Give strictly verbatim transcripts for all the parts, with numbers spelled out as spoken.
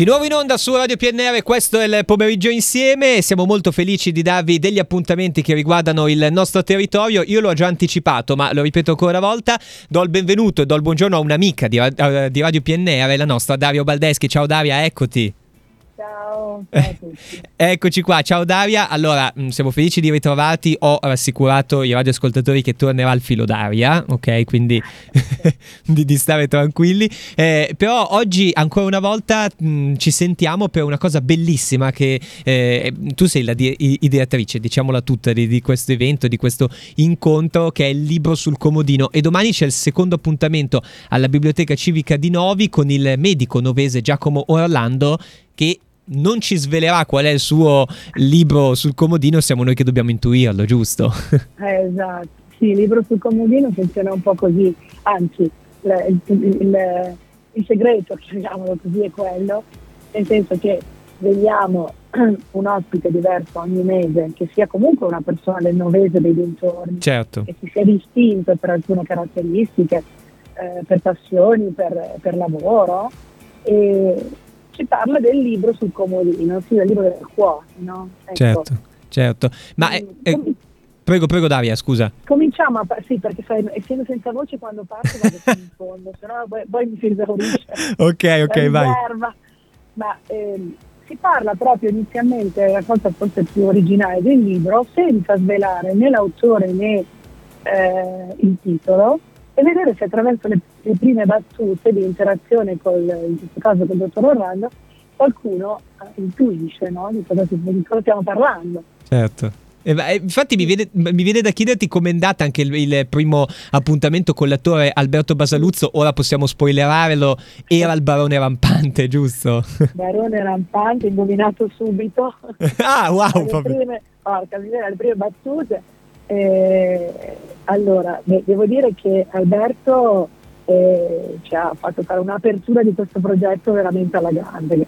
Di nuovo in onda su Radio P N R, questo è il pomeriggio insieme. Siamo molto felici di darvi degli appuntamenti che riguardano il nostro territorio. Io l'ho già anticipato, ma lo ripeto ancora una volta. Do il benvenuto e do il buongiorno a un'amica di, uh, di Radio P N R, la nostra Daria Baldeschi. Ciao Daria, eccoti. Ciao, ciao a tutti. Eccoci qua, ciao Daria. Allora, mh, siamo felici di ritrovarti. Ho rassicurato i radioascoltatori che tornerà al filo Daria, ok? Quindi di, di stare tranquilli. Eh, però oggi ancora una volta mh, ci sentiamo per una cosa bellissima che eh, tu sei la di- ideatrice, diciamola tutta, di, di questo evento, di questo incontro che è il libro sul comodino. E domani c'è il secondo appuntamento alla Biblioteca Civica di Novi con il medico novese Giacomo Orlando, che non ci svelerà qual è il suo libro sul comodino, siamo noi che dobbiamo intuirlo, giusto? Eh, esatto, sì, il libro sul comodino funziona un po' così, anzi il, il, il, il segreto, chiamiamolo così, è quello, nel senso che svegliamo un ospite diverso ogni mese, che sia comunque una persona del novese dei dintorni, certo, che si sia distinto per alcune caratteristiche, eh, per passioni, per, per lavoro, e ci parla del libro sul comodino, sì, del libro del cuore, no? Ecco. Certo, certo. Ma eh, eh, prego, prego Daria, scusa. Cominciamo a sì, perché sai, essendo senza voce quando parto vado fino in fondo, sennò poi, poi mi si esaurisce. Ok, ok, vai. Riserva. Ma ehm, si parla proprio inizialmente, la cosa forse più originale del libro, senza svelare né l'autore né eh, il titolo, e vedere se attraverso le, le prime battute di interazione col, in questo caso col dottor Orlando, qualcuno eh, intuisce, no? Di cosa, di cosa stiamo parlando. Certo. Eh, infatti mi viene, mi viene da chiederti com'è andata anche il, il primo appuntamento con l'attore Alberto Basaluzzo. Ora possiamo spoilerarlo, era il barone rampante, giusto? Barone rampante, indovinato subito. Ah, wow! le prime, porca miseria, le prime battute. Eh, allora, beh, devo dire che Alberto eh, ci ha fatto fare un'apertura di questo progetto veramente alla grande,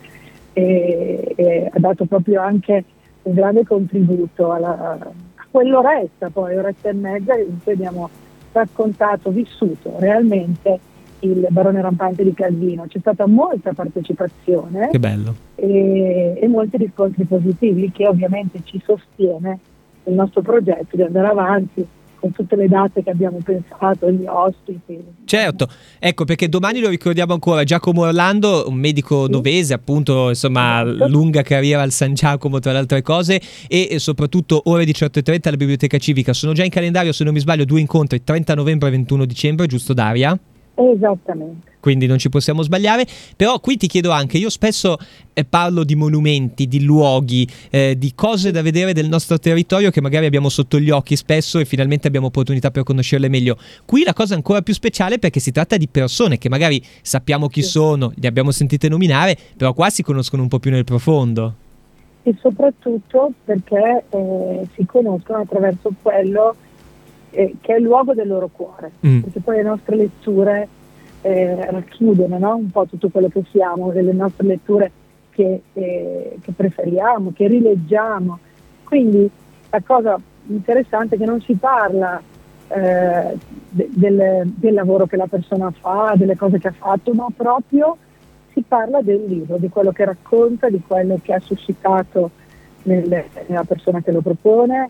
e, e ha dato proprio anche un grande contributo alla, a quell'oretta, poi oretta e mezza in cui abbiamo raccontato, vissuto realmente il barone rampante di Calvino. C'è stata molta partecipazione, che bello, e, e molti riscontri positivi, che ovviamente ci sostiene il nostro progetto di andare avanti con tutte le date che abbiamo pensato, gli ospiti. Certo, ecco, perché domani lo ricordiamo ancora, Giacomo Orlando, un medico sì. novese, appunto, insomma, esatto. lunga carriera al San Giacomo tra le altre cose, e soprattutto ore diciotto e trenta alla Biblioteca Civica. Sono già in calendario, se non mi sbaglio, due incontri, trenta novembre e ventuno dicembre, giusto Daria? Esattamente. Quindi non ci possiamo sbagliare. Però qui ti chiedo anche, io spesso eh, parlo di monumenti, di luoghi, eh, di cose da vedere del nostro territorio che magari abbiamo sotto gli occhi spesso e finalmente abbiamo opportunità per conoscerle meglio. Qui la cosa è ancora più speciale perché si tratta di persone che magari sappiamo chi sì. sono, li abbiamo sentite nominare, però qua si conoscono un po' più nel profondo. E soprattutto perché eh, si conoscono attraverso quello eh, che è il luogo del loro cuore, mm. perché poi le nostre letture Eh, racchiudono, no? Un po' tutto quello che siamo, delle nostre letture che, eh, che preferiamo, che rileggiamo. Quindi la cosa interessante è che non si parla eh, de- del, del lavoro che la persona fa, delle cose che ha fatto, ma proprio si parla del libro, di quello che racconta, di quello che ha suscitato nel, nella persona che lo propone,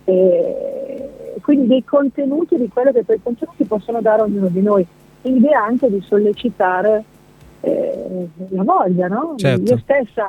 e quindi dei contenuti, di quello che quei contenuti possono dare a ognuno di noi. L'idea anche di sollecitare eh, la voglia, no? Certo. Io stessa,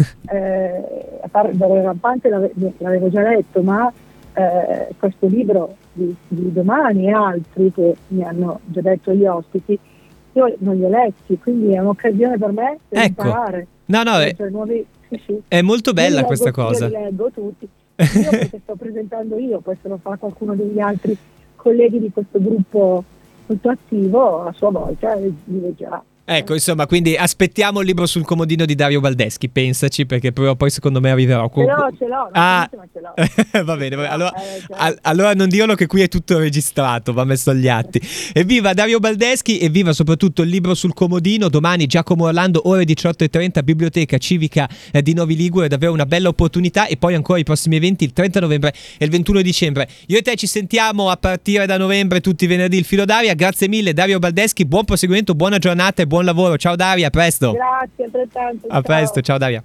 eh, a parte Barone Rampante l'ave, l'avevo già letto, ma eh, questo libro di, di domani e altri che mi hanno già detto gli ospiti, io non li ho letti, quindi è un'occasione per me per ecco. imparare. No, no, è, cioè, nuovi, sì, sì. è molto bella leggo, questa cosa. Io li leggo tutti, io perché sto presentando io, poi se lo fa qualcuno degli altri colleghi di questo gruppo molto attivo, a sua volta li leggerà. Ecco, insomma, quindi aspettiamo il libro sul comodino di Dario Baldeschi, pensaci, perché prima o poi secondo me arriverò. Ce l'ho, ce l'ho, ah. ma ce l'ho. Va bene, l'ho. allora, eh, certo. all- allora non dirlo che qui è tutto registrato, va messo agli atti. Evviva Dario Baldeschi, evviva soprattutto il libro sul comodino. Domani Giacomo Orlando, ore diciotto e trenta, Biblioteca Civica eh, di Novi Ligure, davvero una bella opportunità. E poi ancora i prossimi eventi, il trenta novembre e il ventuno dicembre. Io e te ci sentiamo a partire da novembre tutti i venerdì il filo d'aria. Grazie mille Dario Baldeschi, buon proseguimento, buona giornata e buona buon lavoro. Ciao Daria, a presto. Grazie, altrettanto. A ciao. presto, ciao Daria.